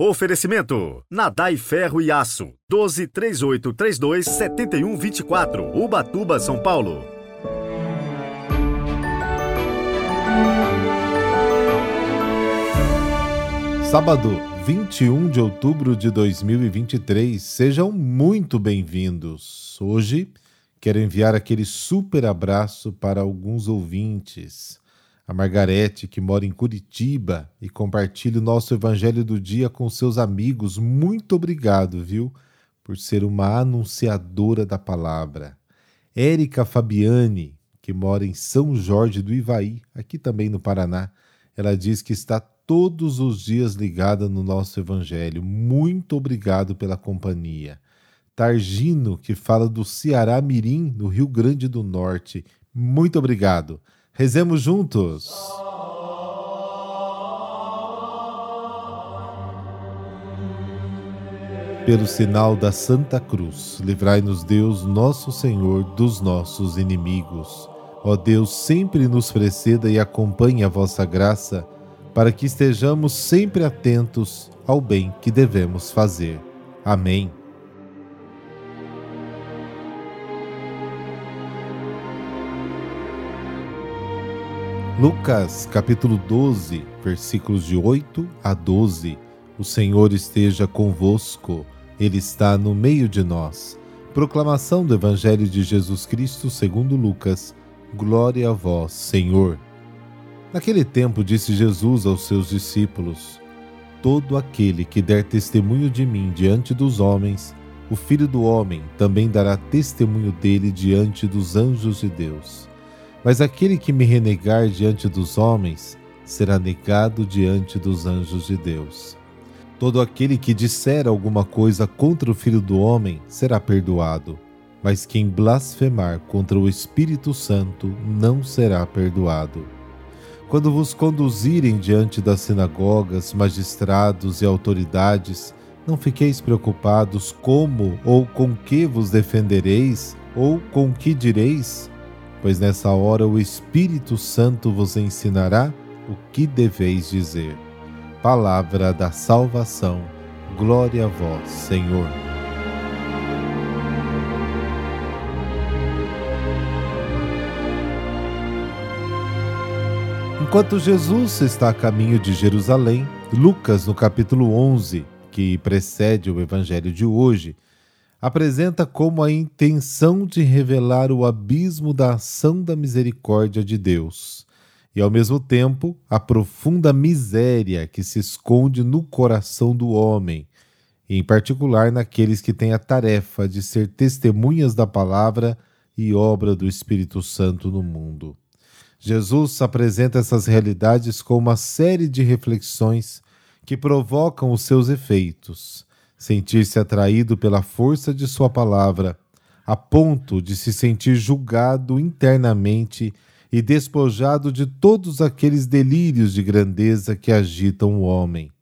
Oferecimento: Nadai Ferro e Aço, 12-3832-7124, Ubatuba, São Paulo. Sábado, 21 de outubro de 2023, sejam muito bem-vindos. Hoje, quero enviar aquele super abraço para alguns ouvintes. A Margarete, que mora em Curitiba e compartilha o nosso Evangelho do Dia com seus amigos. Muito obrigado, viu, por ser uma anunciadora da palavra. Érica Fabiane, que mora em São Jorge do Ivaí, aqui também no Paraná. Ela diz que está todos os dias ligada no nosso Evangelho. Muito obrigado pela companhia. Targino, que fala do Ceará Mirim, no Rio Grande do Norte. Muito obrigado. Rezemos juntos. Pelo sinal da Santa Cruz, livrai-nos Deus, nosso Senhor, dos nossos inimigos. Ó Deus, sempre nos preceda e acompanhe a vossa graça, para que estejamos sempre atentos ao bem que devemos fazer. Amém. Lucas, capítulo 12, versículos de 8 a 12. O Senhor esteja convosco, Ele está no meio de nós. Proclamação do Evangelho de Jesus Cristo segundo Lucas. Glória a vós, Senhor. Naquele tempo disse Jesus aos seus discípulos: todo aquele que der testemunho de mim diante dos homens, o Filho do Homem também dará testemunho dele diante dos anjos de Deus. Mas aquele que me renegar diante dos homens, será negado diante dos anjos de Deus. Todo aquele que disser alguma coisa contra o Filho do Homem, será perdoado. Mas quem blasfemar contra o Espírito Santo, não será perdoado. Quando vos conduzirem diante das sinagogas, magistrados e autoridades, não fiqueis preocupados como ou com que vos defendereis, ou com que direis, pois nessa hora o Espírito Santo vos ensinará o que deveis dizer. Palavra da salvação. Glória a vós, Senhor. Enquanto Jesus está a caminho de Jerusalém, Lucas, no capítulo 11, que precede o Evangelho de hoje, apresenta como a intenção de revelar o abismo da ação da misericórdia de Deus e, ao mesmo tempo, a profunda miséria que se esconde no coração do homem, e em particular naqueles que têm a tarefa de ser testemunhas da palavra e obra do Espírito Santo no mundo. Jesus apresenta essas realidades com uma série de reflexões que provocam os seus efeitos. Sentir-se atraído pela força de sua palavra, a ponto de se sentir julgado internamente e despojado de todos aqueles delírios de grandeza que agitam o homem.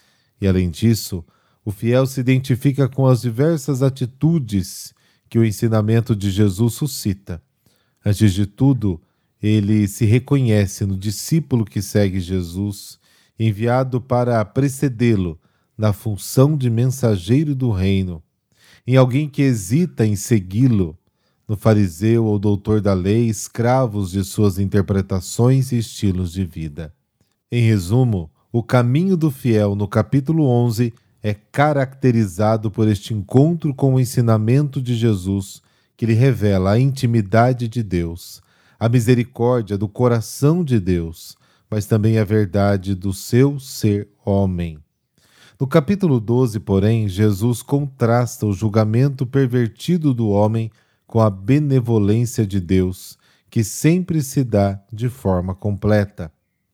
E além disso, o fiel se identifica com as diversas atitudes que o ensinamento de Jesus suscita. Antes de tudo, ele se reconhece no discípulo que segue Jesus, enviado para precedê-lo na função de mensageiro do reino, em alguém que hesita em segui-lo, no fariseu ou doutor da lei, escravos de suas interpretações e estilos de vida. Em resumo, o caminho do fiel no capítulo 11 é caracterizado por este encontro com o ensinamento de Jesus, que lhe revela a intimidade de Deus, a misericórdia do coração de Deus, mas também a verdade do seu ser homem. No capítulo 12, porém, Jesus contrasta o julgamento pervertido do homem com a benevolência de Deus, que sempre se dá de forma completa.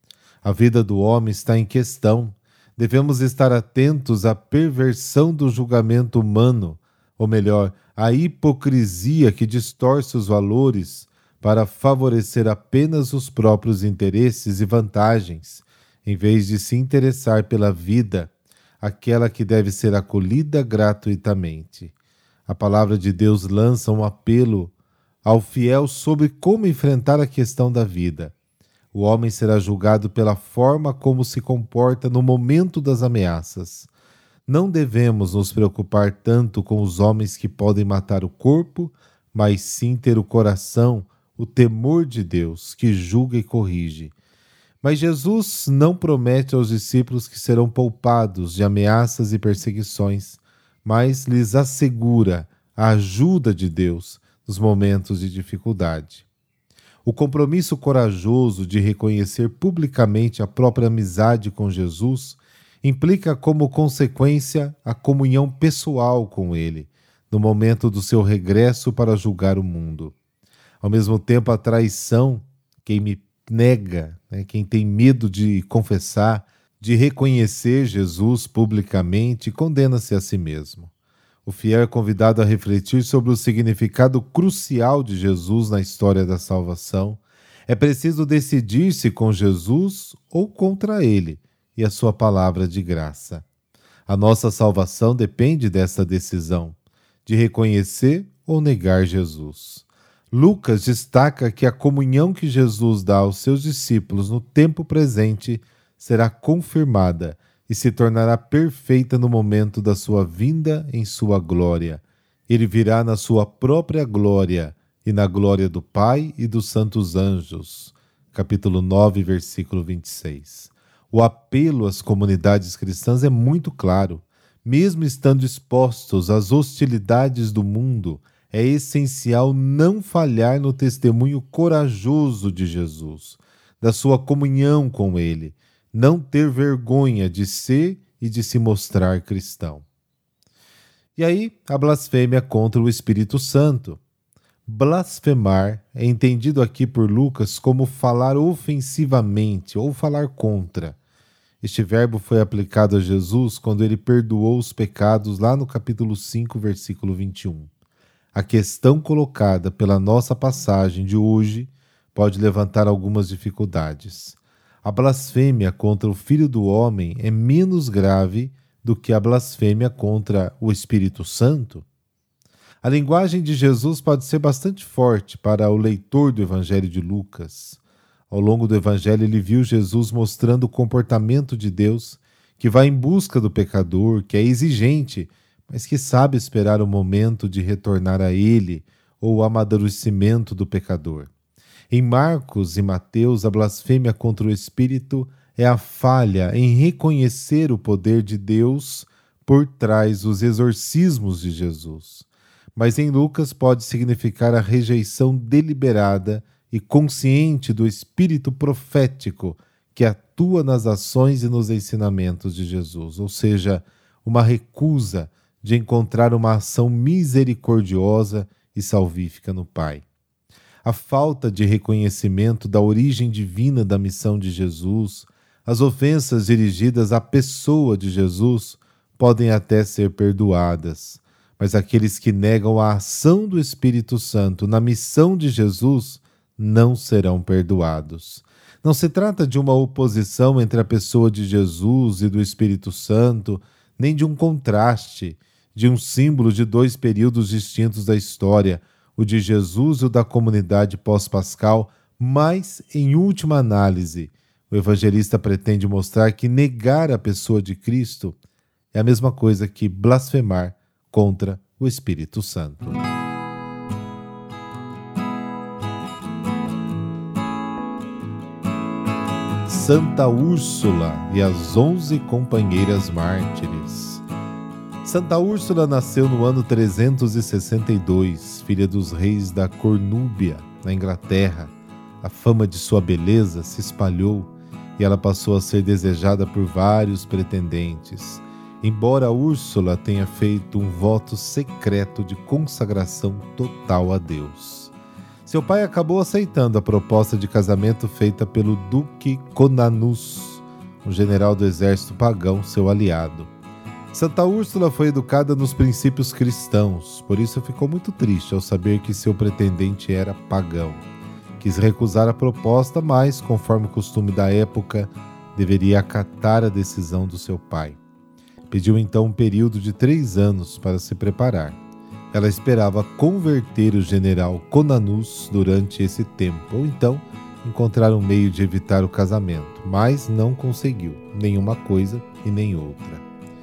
A vida do homem está em questão. Devemos estar atentos à perversão do julgamento humano, ou melhor, à hipocrisia que distorce os valores para favorecer apenas os próprios interesses e vantagens, em vez de se interessar pela vida, aquela que deve ser acolhida gratuitamente. A palavra de Deus lança um apelo ao fiel sobre como enfrentar a questão da vida. O homem será julgado pela forma como se comporta no momento das ameaças. Não devemos nos preocupar tanto com os homens que podem matar o corpo, mas sim ter o coração, o temor de Deus, que julga e corrige. Mas Jesus não promete aos discípulos que serão poupados de ameaças e perseguições, mas lhes assegura a ajuda de Deus nos momentos de dificuldade. O compromisso corajoso de reconhecer publicamente a própria amizade com Jesus implica como consequência a comunhão pessoal com Ele, no momento do seu regresso para julgar o mundo. Ao mesmo tempo, a traição, quem me nega, quem tem medo de confessar, de reconhecer Jesus publicamente, condena-se a si mesmo. O fiel é convidado a refletir sobre o significado crucial de Jesus na história da salvação. É preciso decidir-se com Jesus ou contra Ele e a sua palavra de graça. A nossa salvação depende dessa decisão, de reconhecer ou negar Jesus. Lucas destaca que a comunhão que Jesus dá aos seus discípulos no tempo presente será confirmada e se tornará perfeita no momento da sua vinda em sua glória. Ele virá na sua própria glória e na glória do Pai e dos santos anjos. Capítulo 9, versículo 26. O apelo às comunidades cristãs é muito claro. Mesmo estando expostos às hostilidades do mundo, é essencial não falhar no testemunho corajoso de Jesus, da sua comunhão com Ele, não ter vergonha de ser e de se mostrar cristão. E aí, a blasfêmia contra o Espírito Santo. Blasfemar é entendido aqui por Lucas como falar ofensivamente ou falar contra. Este verbo foi aplicado a Jesus quando ele perdoou os pecados lá no capítulo 5, versículo 21. A questão colocada pela nossa passagem de hoje pode levantar algumas dificuldades. A blasfêmia contra o Filho do Homem é menos grave do que a blasfêmia contra o Espírito Santo? A linguagem de Jesus pode ser bastante forte para o leitor do Evangelho de Lucas. Ao longo do Evangelho, ele viu Jesus mostrando o comportamento de Deus, que vai em busca do pecador, que é exigente, mas que sabe esperar o momento de retornar a Ele ou o amadurecimento do pecador. Em Marcos e Mateus, a blasfêmia contra o Espírito é a falha em reconhecer o poder de Deus por trás dos exorcismos de Jesus. Mas em Lucas pode significar a rejeição deliberada e consciente do espírito profético que atua nas ações e nos ensinamentos de Jesus, ou seja, uma recusa de encontrar uma ação misericordiosa e salvífica no Pai. A falta de reconhecimento da origem divina da missão de Jesus, as ofensas dirigidas à pessoa de Jesus podem até ser perdoadas, mas aqueles que negam a ação do Espírito Santo na missão de Jesus não serão perdoados. Não se trata de uma oposição entre a pessoa de Jesus e do Espírito Santo, nem de um contraste, de um símbolo de dois períodos distintos da história, o de Jesus e o da comunidade pós-pascal, mas, em última análise, o evangelista pretende mostrar que negar a pessoa de Cristo é a mesma coisa que blasfemar contra o Espírito Santo. Santa Úrsula e as 11 companheiras mártires. Santa Úrsula nasceu no ano 362, filha dos reis da Cornúbia, na Inglaterra. A fama de sua beleza se espalhou e ela passou a ser desejada por vários pretendentes. Embora Úrsula tenha feito um voto secreto de consagração total a Deus. Seu pai acabou aceitando a proposta de casamento feita pelo Duque Conanus, um general do exército pagão, seu aliado. Santa Úrsula foi educada nos princípios cristãos, por isso ficou muito triste ao saber que seu pretendente era pagão. Quis recusar a proposta, mas, conforme o costume da época, deveria acatar a decisão do seu pai. Pediu então um período de 3 anos para se preparar. Ela esperava converter o general Conanus durante esse tempo, ou então encontrar um meio de evitar o casamento, mas não conseguiu, nenhuma coisa e nem outra.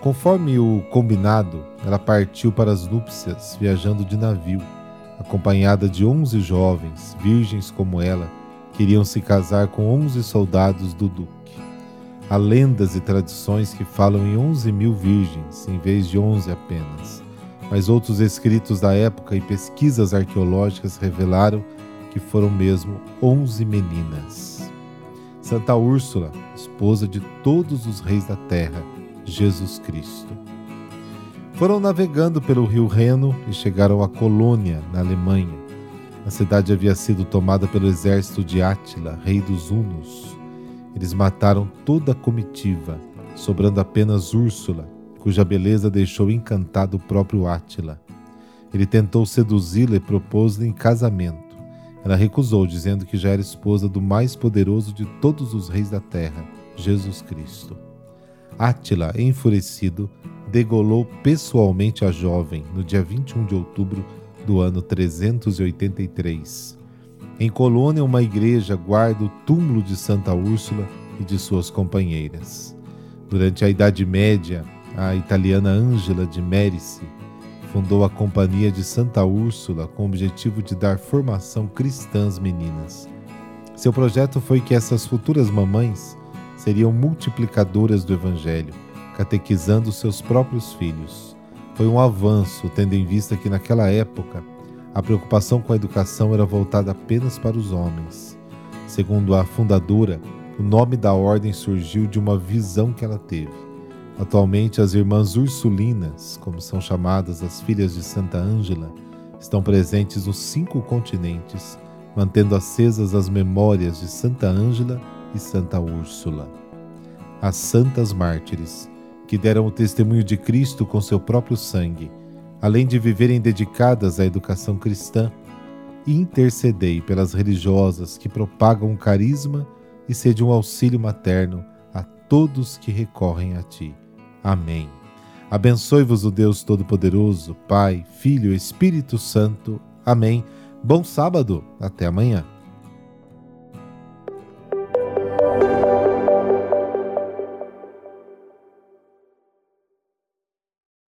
Conforme o combinado, ela partiu para as núpcias, viajando de navio, acompanhada de 11 jovens, virgens como ela, que iriam se casar com 11 soldados do duque. Há lendas e tradições que falam em 11.000 virgens, em vez de 11 apenas, mas outros escritos da época e pesquisas arqueológicas revelaram que foram mesmo 11 meninas. Santa Úrsula, esposa de todos os reis da terra, Jesus Cristo. Foram navegando pelo rio Reno e chegaram a Colônia, na Alemanha. A cidade havia sido tomada pelo exército de Átila, rei dos Hunos. Eles mataram toda a comitiva, sobrando apenas Úrsula, cuja beleza deixou encantado o próprio Átila. Ele tentou seduzi-la e propôs-lhe em casamento. Ela recusou, dizendo que já era esposa do mais poderoso de todos os reis da terra, Jesus Cristo. Átila, enfurecido, degolou pessoalmente a jovem no dia 21 de outubro do ano 383. Em Colônia, uma igreja guarda o túmulo de Santa Úrsula e de suas companheiras. Durante a Idade Média, a italiana Angela de Merici fundou a Companhia de Santa Úrsula com o objetivo de dar formação cristã às meninas. Seu projeto foi que essas futuras mamães seriam multiplicadoras do Evangelho, catequizando seus próprios filhos. Foi um avanço, tendo em vista que naquela época a preocupação com a educação era voltada apenas para os homens. Segundo a fundadora, o nome da ordem surgiu de uma visão que ela teve. Atualmente, as irmãs ursulinas, como são chamadas as filhas de Santa Ângela, estão presentes nos 5 continentes, mantendo acesas as memórias de Santa Ângela e Santa Úrsula. As santas mártires, que deram o testemunho de Cristo com seu próprio sangue, além de viverem dedicadas à educação cristã, intercedei pelas religiosas que propagam o carisma e sede um auxílio materno a todos que recorrem a ti. Amém. Abençoe-vos o Deus Todo-Poderoso, Pai, Filho e Espírito Santo. Amém. Bom sábado. Até amanhã.